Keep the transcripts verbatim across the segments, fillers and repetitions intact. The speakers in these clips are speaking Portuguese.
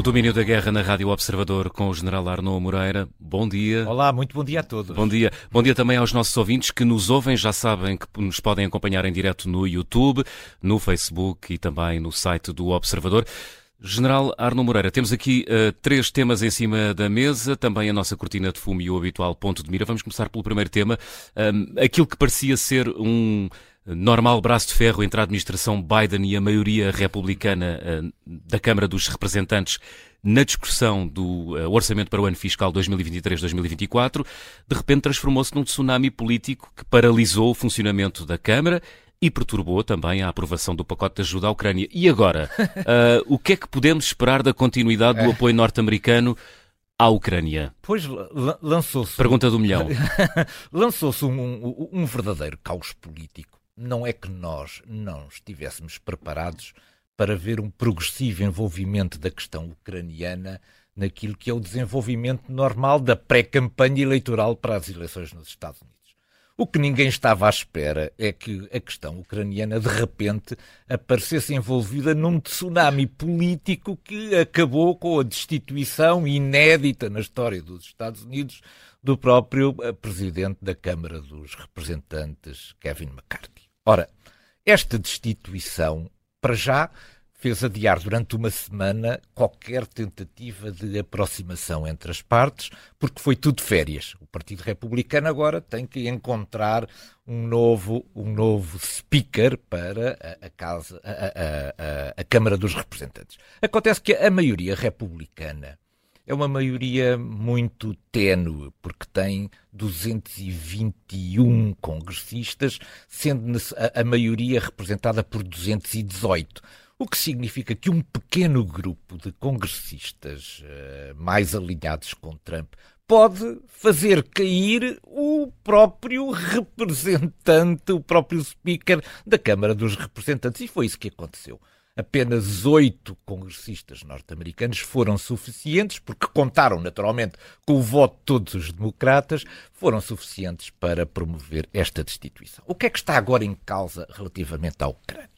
Domínio da Guerra na Rádio Observador com o general Arnaud Moreira. Bom dia. Olá, muito bom dia a todos. Bom dia. Bom dia também aos nossos ouvintes que nos ouvem. Já sabem que nos podem acompanhar em direto no YouTube, no Facebook e também no site do Observador. General Arnaud Moreira, temos aqui uh, três temas em cima da mesa, também a nossa cortina de fumo e o habitual ponto de mira. Vamos começar pelo primeiro tema. Um, aquilo que parecia ser um normal braço de ferro entre a administração Biden e a maioria republicana uh, da Câmara dos Representantes na discussão do uh, orçamento para o ano fiscal dois mil e vinte e três dois mil e vinte e quatro, de repente transformou-se num tsunami político que paralisou o funcionamento da Câmara e perturbou também a aprovação do pacote de ajuda à Ucrânia. E agora, uh, o que é que podemos esperar da continuidade do apoio norte-americano à Ucrânia? Pois lançou-se... Pergunta do milhão. lançou-se um, um, um verdadeiro caos político. Não é que nós não estivéssemos preparados para ver um progressivo envolvimento da questão ucraniana naquilo que é o desenvolvimento normal da pré-campanha eleitoral para as eleições nos Estados Unidos. O que ninguém estava à espera é que a questão ucraniana, de repente, aparecesse envolvida num tsunami político que acabou com a destituição inédita na história dos Estados Unidos do próprio presidente da Câmara dos Representantes, Kevin McCarthy. Ora, esta destituição, para já, fez adiar durante uma semana qualquer tentativa de aproximação entre as partes, porque foi tudo férias. O Partido Republicano agora tem que encontrar um novo, um novo speaker para a, a, casa, a, a, a, a Câmara dos Representantes. Acontece que a maioria republicana é uma maioria muito ténue, porque tem duzentos e vinte e um congressistas, sendo a, a maioria representada por duzentos e dezoito. O que significa que um pequeno grupo de congressistas uh, mais alinhados com Trump pode fazer cair o próprio representante, o próprio speaker da Câmara dos Representantes. E foi isso que aconteceu. Apenas oito congressistas norte-americanos foram suficientes, porque contaram naturalmente com o voto de todos os democratas, foram suficientes para promover esta destituição. O que é que está agora em causa relativamente à Ucrânia?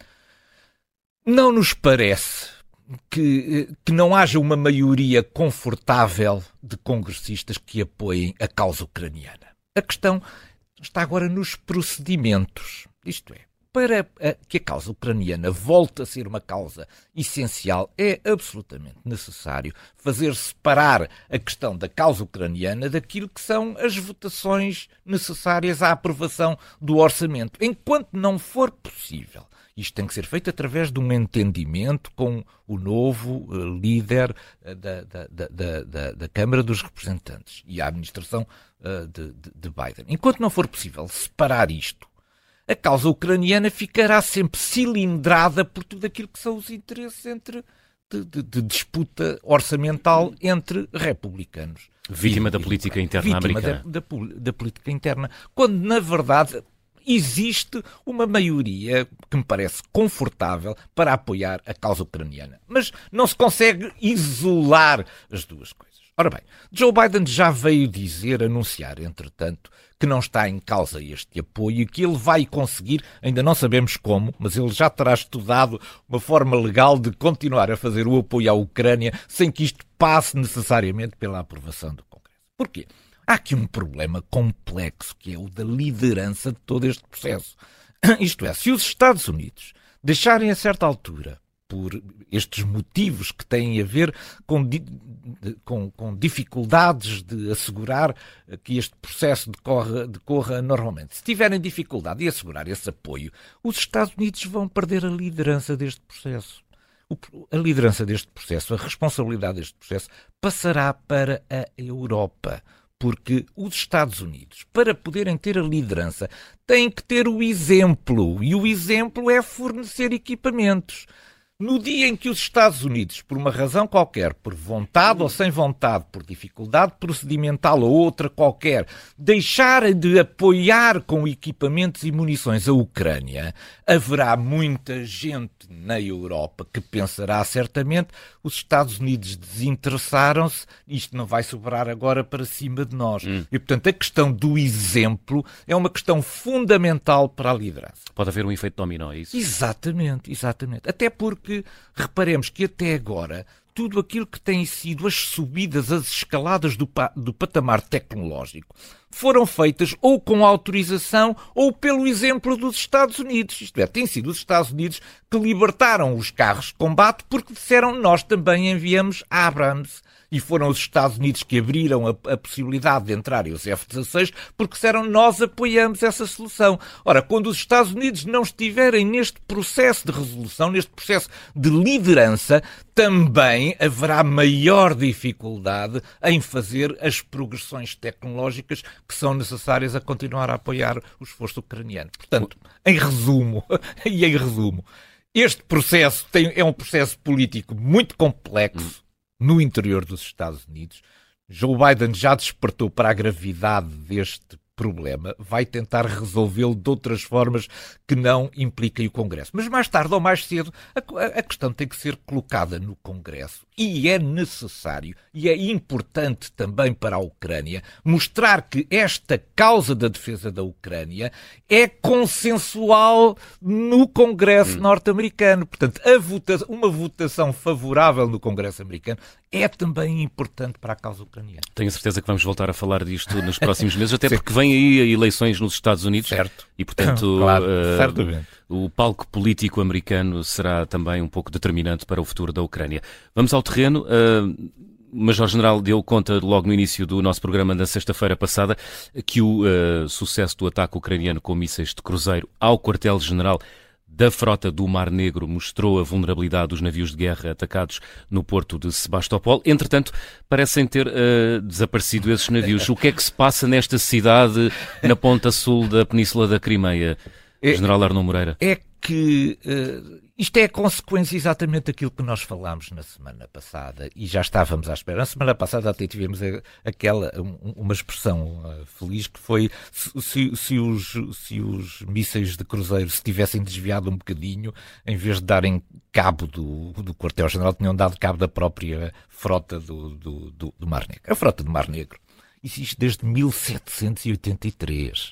Não nos parece que, que não haja uma maioria confortável de congressistas que apoiem a causa ucraniana. A questão está agora nos procedimentos, isto é, para que a causa ucraniana volte a ser uma causa essencial, é absolutamente necessário fazer separar a questão da causa ucraniana daquilo que são as votações necessárias à aprovação do orçamento. Enquanto não for possível, isto tem que ser feito através de um entendimento com o novo uh, líder uh, da, da, da, da, da Câmara dos Representantes e a administração uh, de, de, de Biden. Enquanto não for possível separar isto, a causa ucraniana ficará sempre cilindrada por tudo aquilo que são os interesses entre, de, de, de disputa orçamental entre republicanos. Vítima e, da e, política e, interna vítima americana. Da, da, da política interna, quando, na verdade, existe uma maioria que me parece confortável para apoiar a causa ucraniana. Mas não se consegue isolar as duas coisas. Ora bem, Joe Biden já veio dizer, anunciar, entretanto, que não está em causa este apoio e que ele vai conseguir, ainda não sabemos como, mas ele já terá estudado uma forma legal de continuar a fazer o apoio à Ucrânia sem que isto passe necessariamente pela aprovação do Congresso. Porquê? Há aqui um problema complexo, que é o da liderança de todo este processo. Isto é, se os Estados Unidos deixarem a certa altura, por estes motivos que têm a ver com, com, com dificuldades de assegurar que este processo decorra, decorra normalmente, se tiverem dificuldade de assegurar esse apoio, os Estados Unidos vão perder a liderança deste processo. O, a liderança deste processo, a responsabilidade deste processo, passará para a Europa. Porque os Estados Unidos, para poderem ter a liderança, têm que ter o exemplo. E o exemplo é fornecer equipamentos. No dia em que os Estados Unidos, por uma razão qualquer, por vontade ou sem vontade, por dificuldade procedimental ou outra qualquer, deixarem de apoiar com equipamentos e munições a Ucrânia, haverá muita gente na Europa que pensará certamente: os Estados Unidos desinteressaram-se, isto não vai sobrar agora para cima de nós. Hum. E, portanto, a questão do exemplo é uma questão fundamental para a liderança. Pode haver um efeito dominó, é isso? Exatamente, exatamente. Até porque, reparemos que até agora tudo aquilo que tem sido as subidas, as escaladas do, pa- do patamar tecnológico, foram feitas ou com autorização ou pelo exemplo dos Estados Unidos. Isto é, têm sido os Estados Unidos que libertaram os carros de combate porque disseram nós também enviamos Abrams. E foram os Estados Unidos que abriram a, a possibilidade de entrarem os F dezasseis porque disseram nós apoiamos essa solução. Ora, quando os Estados Unidos não estiverem neste processo de resolução, neste processo de liderança, também haverá maior dificuldade em fazer as progressões tecnológicas que são necessárias a continuar a apoiar o esforço ucraniano. Portanto, em resumo, e em resumo, este processo tem, é um processo político muito complexo no interior dos Estados Unidos. Joe Biden já despertou para a gravidade deste problema, vai tentar resolvê-lo de outras formas que não impliquem o Congresso. Mas mais tarde ou mais cedo a, a questão tem que ser colocada no Congresso e é necessário e é importante também para a Ucrânia mostrar que esta causa da defesa da Ucrânia é consensual no Congresso hum. norte-americano. Portanto, a vota- uma votação favorável no Congresso americano é também importante para a causa ucraniana. Tenho a certeza que vamos voltar a falar disto nos próximos meses, até porque vem aí eleições nos Estados Unidos. Certo. E, portanto, claro, uh, certamente. O palco político americano será também um pouco determinante para o futuro da Ucrânia. Vamos ao terreno. Uh, o Major-General deu conta logo no início do nosso programa na sexta-feira passada que o uh, sucesso do ataque ucraniano com mísseis de cruzeiro ao quartel-general da frota do Mar Negro mostrou a vulnerabilidade dos navios de guerra atacados no porto de Sebastopol. Entretanto, parecem ter uh, desaparecido esses navios. O que é que se passa nesta cidade, na ponta sul da Península da Crimeia, é, General Arnaud Moreira? É que uh, isto é a consequência exatamente daquilo que nós falámos na semana passada e já estávamos à espera. Na semana passada até tivemos a, aquela, um, uma expressão uh, feliz que foi se, se, se, os, se os mísseis de cruzeiro se tivessem desviado um bocadinho, em vez de darem cabo do, do quartel-general, tinham dado cabo da própria frota do, do, do, do Mar Negro. A frota do Mar Negro existe desde mil setecentos e oitenta e três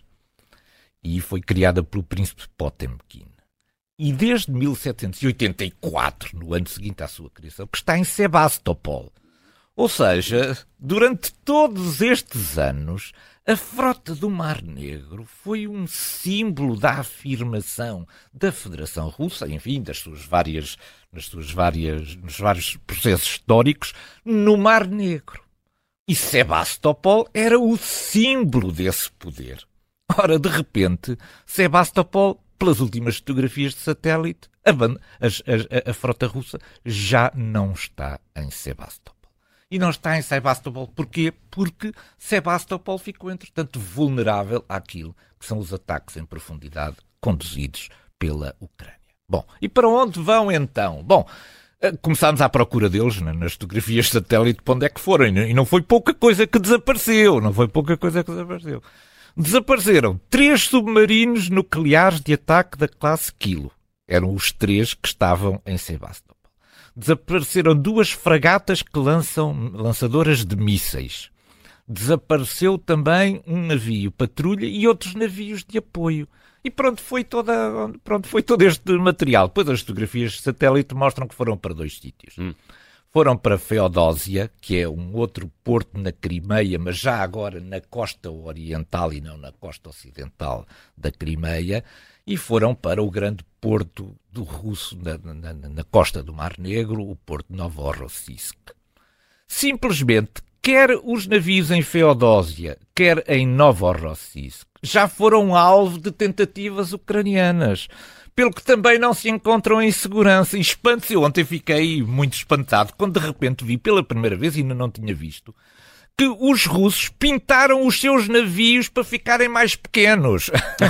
e foi criada pelo príncipe Potemkin. E desde mil setecentos e oitenta e quatro, no ano seguinte à sua criação, que está em Sebastopol. Ou seja, durante todos estes anos, a frota do Mar Negro foi um símbolo da afirmação da Federação Russa, enfim, das suas várias, das suas várias, nos vários processos históricos, no Mar Negro. E Sebastopol era o símbolo desse poder. Ora, de repente, Sebastopol, pelas últimas fotografias de satélite, a, a, a, a frota russa já não está em Sebastopol. E não está em Sebastopol porquê? Porque Sebastopol ficou, entretanto, vulnerável àquilo que são os ataques em profundidade conduzidos pela Ucrânia. Bom, e para onde vão então? Bom, começámos à procura deles nas fotografias de satélite para onde é que foram. E não foi pouca coisa que desapareceu. Não foi pouca coisa que desapareceu. Desapareceram três submarinos nucleares de ataque da classe Kilo. Eram os três que estavam em Sebastopol. Desapareceram duas fragatas que lançam lançadoras de mísseis. Desapareceu também um navio patrulha e outros navios de apoio. E pronto, foi, toda, pronto, foi todo este material. Depois as fotografias de satélite mostram que foram para dois sítios. Hum. Foram para Feodósia, que é um outro porto na Crimeia, mas já agora na costa oriental e não na costa ocidental da Crimeia, e foram para o grande porto do russo na, na, na costa do Mar Negro, o porto de Novorossiysk. Simplesmente, quer os navios em Feodósia, quer em Novorossiysk, já foram alvo de tentativas ucranianas, pelo que também não se encontram em segurança. E espanto-se, eu ontem fiquei muito espantado quando de repente vi pela primeira vez, e ainda não tinha visto, que os russos pintaram os seus navios para ficarem mais pequenos.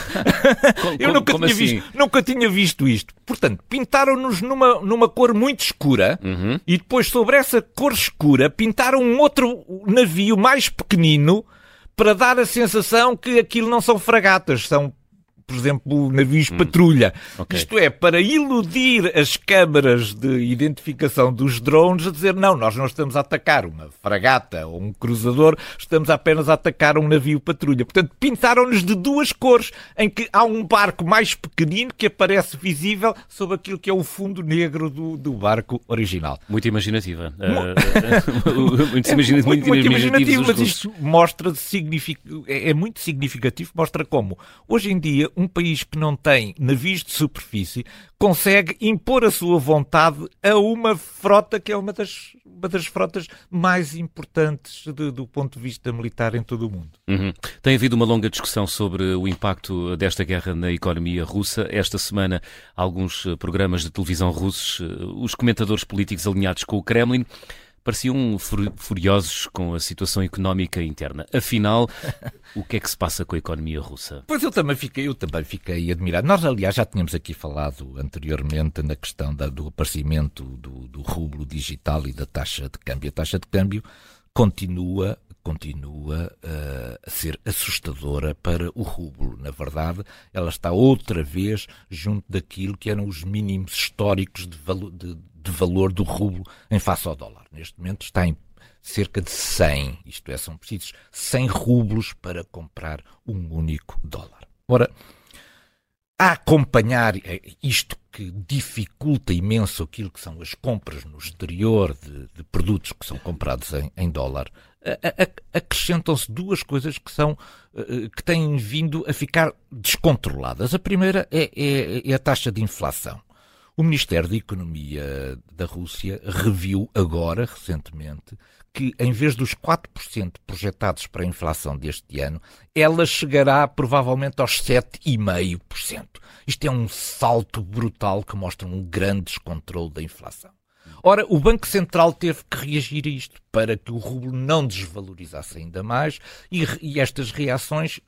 Como, eu nunca, como tinha assim? visto, nunca tinha visto isto. Portanto, pintaram-nos numa, numa cor muito escura, uhum. e depois sobre essa cor escura pintaram um outro navio mais pequenino para dar a sensação que aquilo não são fragatas, são por exemplo, navios hum. patrulha. Okay. Isto é, para iludir as câmaras de identificação dos drones, a dizer, não, nós não estamos a atacar uma fragata ou um cruzador, estamos apenas a atacar um navio patrulha. Portanto, pintaram-nos de duas cores, em que há um barco mais pequenino que aparece visível sob aquilo que é o fundo negro do, do barco original. Muito imaginativa. Uh, muito, imagina, muito, muito imaginativo, mas isto mostra, é, é muito significativo, mostra como, hoje em dia, um país que não tem navios de superfície consegue impor a sua vontade a uma frota que é uma das, uma das frotas mais importantes de, do ponto de vista militar em todo o mundo. Uhum. Tem havido uma longa discussão sobre o impacto desta guerra na economia russa. Esta semana, alguns programas de televisão russos, os comentadores políticos alinhados com o Kremlin, pareciam furiosos com a situação económica interna. Afinal, o que é que se passa com a economia russa? Pois eu também fiquei, eu também fiquei admirado. Nós, aliás, já tínhamos aqui falado anteriormente na questão da, do aparecimento do, do rublo digital e da taxa de câmbio. A taxa de câmbio continua, continua uh, a ser assustadora para o rublo. Na verdade, ela está outra vez junto daquilo que eram os mínimos históricos de valor, de, de valor do rublo em face ao dólar. Neste momento está em cerca de cem, isto é, são precisos cem rublos para comprar um único dólar. Ora, a acompanhar isto que dificulta imenso aquilo que são as compras no exterior de, de produtos que são comprados em, em dólar, a, a, acrescentam-se duas coisas que, são, que têm vindo a ficar descontroladas. A primeira é, é, é a taxa de inflação. O Ministério da Economia da Rússia reviu agora, recentemente, que em vez dos quatro por cento projetados para a inflação deste ano, ela chegará provavelmente aos sete vírgula cinco por cento. Isto é um salto brutal que mostra um grande descontrole da inflação. Ora, o Banco Central teve que reagir a isto para que o rublo não desvalorizasse ainda mais e, e estas reações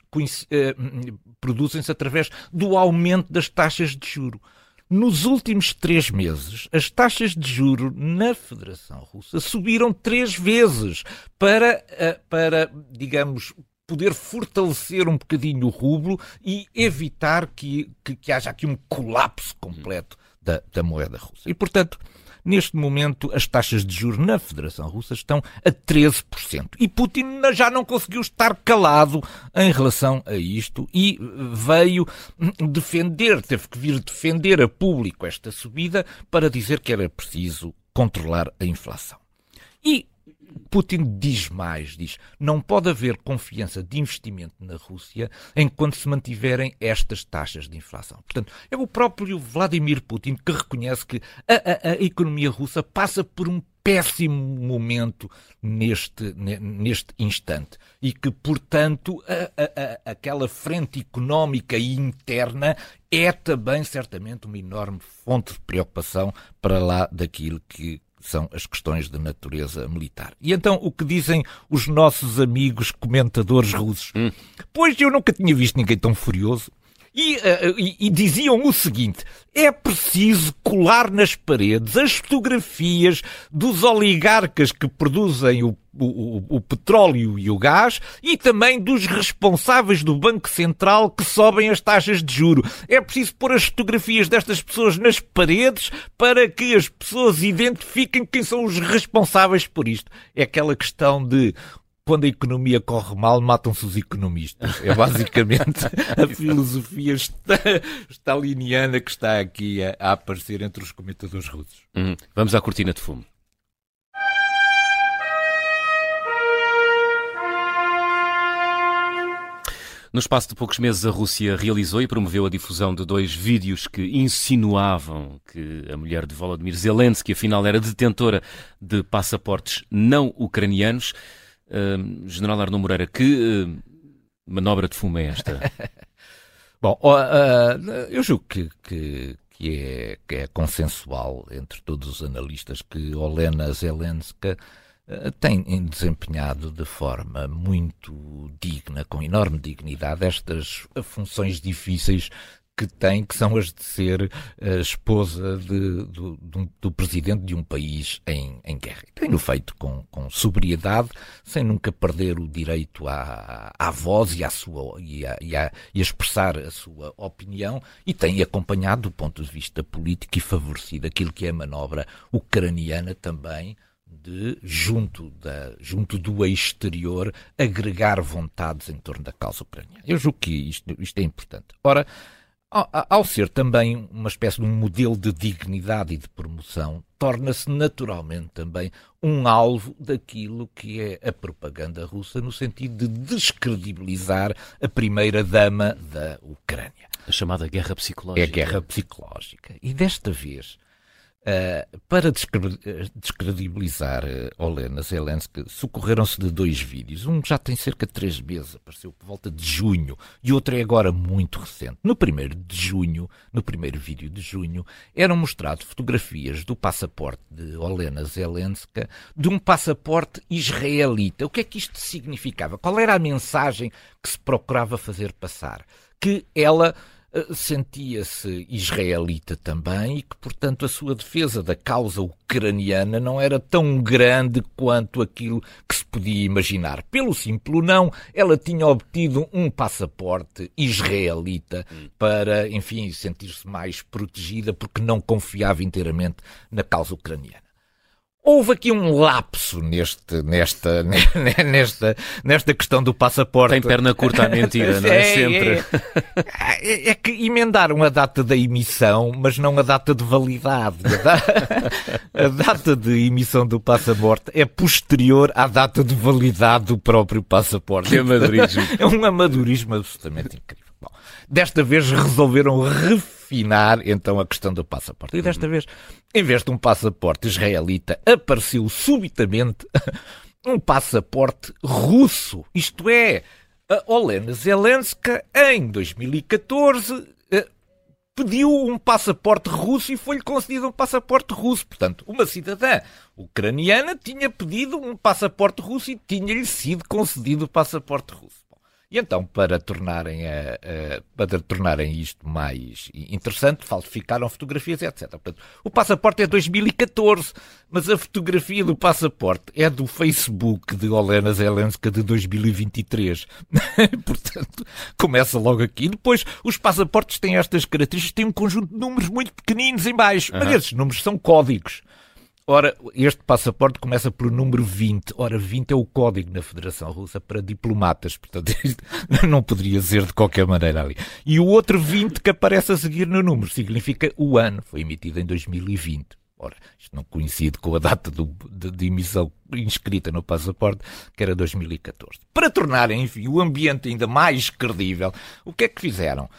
uh, produzem-se através do aumento das taxas de juro. Nos últimos três meses, as taxas de juro na Federação Russa subiram três vezes para, para, digamos, poder fortalecer um bocadinho o rublo e evitar que, que, que haja aqui um colapso completo da, da moeda russa. E, portanto, neste momento, as taxas de juros na Federação Russa estão a treze por cento. E Putin já não conseguiu estar calado em relação a isto e veio defender, teve que vir defender a público esta subida para dizer que era preciso controlar a inflação. E Putin diz mais, diz, não pode haver confiança de investimento na Rússia enquanto se mantiverem estas taxas de inflação. Portanto, é o próprio Vladimir Putin que reconhece que a, a, a economia russa passa por um péssimo momento neste, neste instante e que, portanto, a, a, a, aquela frente económica e interna é também, certamente, uma enorme fonte de preocupação para lá daquilo que são as questões de natureza militar. E então, o que dizem os nossos amigos comentadores russos? Hum. Pois eu nunca tinha visto ninguém tão furioso. E, uh, e, e diziam o seguinte, é preciso colar nas paredes as fotografias dos oligarcas que produzem o, o, o petróleo e o gás e também dos responsáveis do Banco Central que sobem as taxas de juro. É preciso pôr as fotografias destas pessoas nas paredes para que as pessoas identifiquem quem são os responsáveis por isto. É aquela questão de quando a economia corre mal, matam-se os economistas. É basicamente a filosofia staliniana que está aqui a, a aparecer entre os comentadores russos. Uhum. Vamos à cortina de fumo. No espaço de poucos meses, a Rússia realizou e promoveu a difusão de dois vídeos que insinuavam que a mulher de Volodymyr Zelensky, afinal, era detentora de passaportes não ucranianos. Uh, General Arnaud Moreira, que uh, manobra de fumo é esta? Bom, uh, eu julgo que, que, que, é, que é consensual entre todos os analistas que Olena Zelenska uh, tem desempenhado de forma muito digna, com enorme dignidade, estas funções difíceis que tem, que são as de ser a esposa de, do, do, do presidente de um país em, em guerra. Tem-no feito com, com sobriedade, sem nunca perder o direito à, à voz e, à sua, e, a, e, a, e a expressar a sua opinião, e tem acompanhado do ponto de vista político e favorecido aquilo que é a manobra ucraniana também, de, junto, da, junto do exterior, agregar vontades em torno da causa ucraniana. Eu julgo que isto, isto é importante. Ora, ao, ao ser também uma espécie de um modelo de dignidade e de promoção, torna-se naturalmente também um alvo daquilo que é a propaganda russa, no sentido de descredibilizar a primeira-dama da Ucrânia. A chamada guerra psicológica. É a guerra psicológica. E desta vez, Uh, para descredibilizar uh, Olena Zelensky, socorreram-se de dois vídeos. Um já tem cerca de três meses, apareceu por volta de junho, e outro é agora muito recente. No primeiro de junho, no primeiro vídeo de junho, eram mostradas fotografias do passaporte de Olena Zelensky, de um passaporte israelita. O que é que isto significava? Qual era a mensagem que se procurava fazer passar? Que ela sentia-se israelita também e que, portanto, a sua defesa da causa ucraniana não era tão grande quanto aquilo que se podia imaginar. Pelo simples não, ela tinha obtido um passaporte israelita para, enfim, sentir-se mais protegida porque não confiava inteiramente na causa ucraniana. Houve aqui um lapso neste, nesta, nesta, nesta questão do passaporte. Tem perna curta à mentira, não é? é Sempre. É, é, é que emendaram a data da emissão, mas não a data de validade. A data de emissão do passaporte é posterior à data de validade do próprio passaporte. Que amadorismo. É um amadorismo absolutamente incrível. Bom, desta vez resolveram refinar então a questão do passaporte. E desta vez, em vez de um passaporte israelita, apareceu subitamente um passaporte russo. Isto é, a Olena Zelensky, em dois mil e catorze, pediu um passaporte russo e foi-lhe concedido um passaporte russo. Portanto, uma cidadã ucraniana tinha pedido um passaporte russo e tinha-lhe sido concedido o passaporte russo. E então, para tornarem, a, a, para tornarem isto mais interessante, falsificaram fotografias, etcétera. Portanto, o passaporte é de dois mil e catorze, mas a fotografia do passaporte é do Facebook de Olena Zelensky de dois mil e vinte e três. Portanto, começa logo aqui. Depois, os passaportes têm estas características, têm um conjunto de números muito pequeninos em baixo, uhum. Mas esses números são códigos. Ora, este passaporte começa pelo número vinte. Ora, vinte é o código na Federação Russa para diplomatas. Portanto, isto não poderia ser de qualquer maneira ali. E o outro vinte que aparece a seguir no número significa o ano. Foi emitido em dois mil e vinte. Ora, isto não coincide com a data do, de, de emissão inscrita no passaporte, que era dois mil e catorze. Para tornarem, enfim, o ambiente ainda mais credível, o que é que fizeram?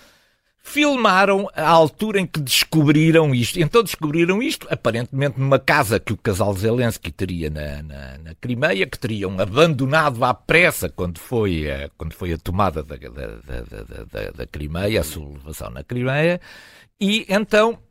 Filmaram a altura em que descobriram isto. Então descobriram isto, aparentemente, numa casa que o casal Zelensky teria na, na, na Crimeia, que teriam abandonado à pressa quando foi a, quando foi a tomada da, da, da, da, da Crimeia, a sublevação na Crimeia, e então,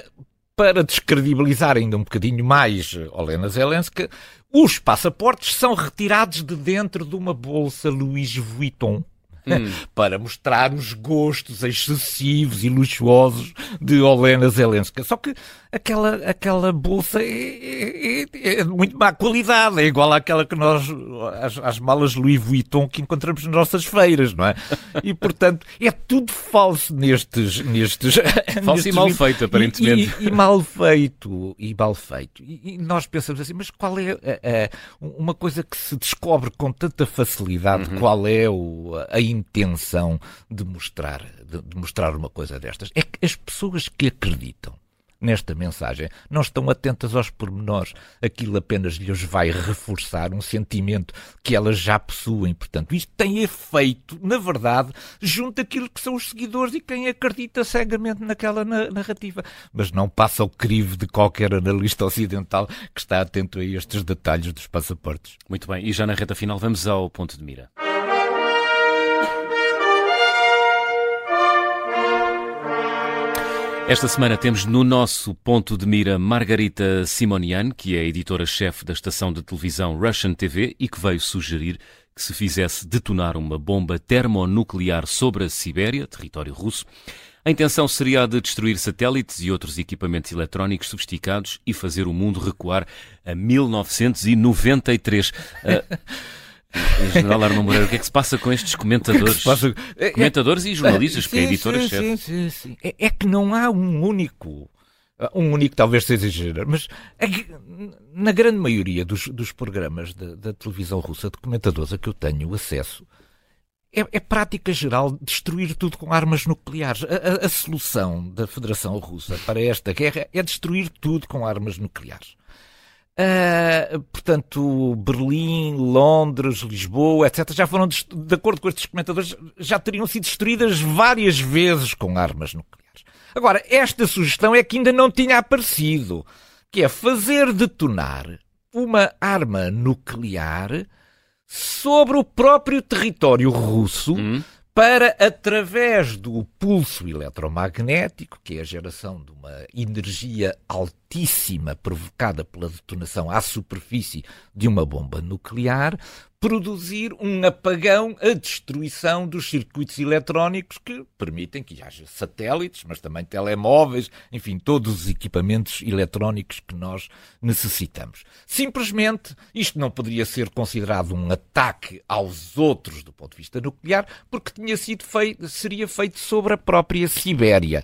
para descredibilizar ainda um bocadinho mais Olena Zelensky, os passaportes são retirados de dentro de uma bolsa Louis Vuitton. Hum. Para mostrar os gostos excessivos e luxuosos de Olena Zelensky. Só que aquela, aquela bolsa é, é, é de muito má qualidade, é igual àquela que nós, às, às malas Louis Vuitton que encontramos nas nossas feiras, não é? E, portanto, é tudo falso nestes... nestes falso nestes e mal feito, aparentemente. E, e, e mal feito, e mal feito. E, e nós pensamos assim, mas qual é a, a, uma coisa que se descobre com tanta facilidade, uhum. Qual é o, a intenção de mostrar, de, de mostrar uma coisa destas? É que as pessoas que acreditam nesta mensagem não estão atentas aos pormenores. Aquilo apenas lhes vai reforçar um sentimento que elas já possuem. Portanto, isto tem efeito, na verdade, junto àquilo que são os seguidores e quem acredita cegamente naquela narrativa. Mas não passa o crivo de qualquer analista ocidental que está atento a estes detalhes dos passaportes. Muito bem, e já na reta final vamos ao ponto de mira. Esta semana temos no nosso ponto de mira Margarita Simonian, que é a editora-chefe da estação de televisão Russian T V e que veio sugerir que se fizesse detonar uma bomba termonuclear sobre a Sibéria, território russo. A intenção seria a de destruir satélites e outros equipamentos eletrónicos sofisticados e fazer o mundo recuar a mil novecentos e noventa e três. Uh, em General Arnaud Moreira, o que é que se passa com estes comentadores? Que é, comentadores é, e jornalistas, porque é editora-chefe. Sim, sim, sim. É, é que não há um único... Um único talvez seja exagerar, mas é que, na grande maioria dos, dos programas da, da televisão russa, de comentadores a que eu tenho acesso, é, é prática geral destruir tudo com armas nucleares. A, a, a solução da Federação Russa para esta guerra é destruir tudo com armas nucleares. Uh, portanto, Berlim, Londres, Lisboa, etcétera, já foram, de acordo com estes comentadores, já teriam sido destruídas várias vezes com armas nucleares. Agora, esta sugestão é que ainda não tinha aparecido, que é fazer detonar uma arma nuclear sobre o próprio território russo hum. para, através do pulso eletromagnético, que é a geração de uma energia altíssima provocada pela detonação à superfície de uma bomba nuclear, produzir um apagão, a destruição dos circuitos eletrónicos que permitem que haja satélites, mas também telemóveis, enfim, todos os equipamentos eletrónicos que nós necessitamos. Simplesmente, isto não poderia ser considerado um ataque aos outros do ponto de vista nuclear, porque tinha sido feito, seria feito sobre a própria Sibéria.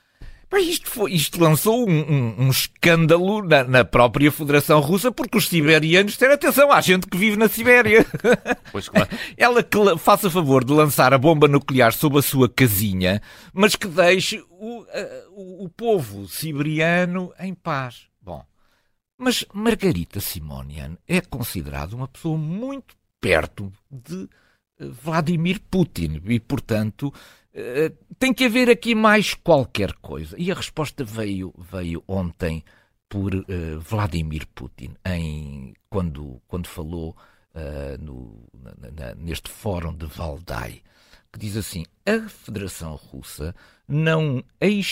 Mas isto, foi, isto lançou um, um, um escândalo na, na própria Federação Russa, porque os siberianos têm atenção, há gente que vive na Sibéria. Pois, claro. Ela que faça favor de lançar a bomba nuclear sob a sua casinha, mas que deixe o, o, o povo siberiano em paz. Bom, mas Margarita Simonian é considerada uma pessoa muito perto de Vladimir Putin e, portanto, Uh, tem que haver aqui mais qualquer coisa. E a resposta veio, veio ontem por uh, Vladimir Putin, em, quando, quando falou uh, no, na, na, neste fórum de Valdai, que diz assim: a Federação Russa não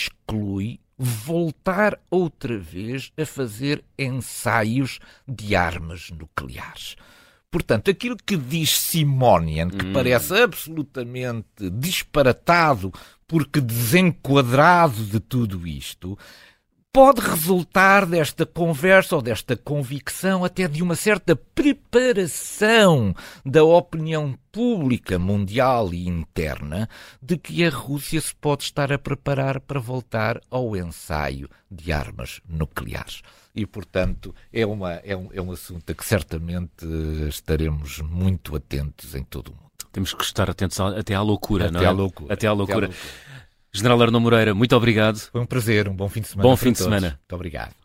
exclui voltar outra vez a fazer ensaios de armas nucleares. Portanto, aquilo que diz Simonian, que hum. parece absolutamente disparatado, porque desenquadrado de tudo isto, pode resultar desta conversa ou desta convicção até de uma certa preparação da opinião pública mundial e interna de que a Rússia se pode estar a preparar para voltar ao ensaio de armas nucleares. E, portanto, é, uma, é, um, é um assunto a que certamente estaremos muito atentos em todo o mundo. Temos que estar atentos até à loucura, até não é? À loucura. Até à loucura. Até à loucura. General Arnaud Moreira, muito obrigado. Foi um prazer, um bom fim de semana. Bom fim de semana. Muito obrigado.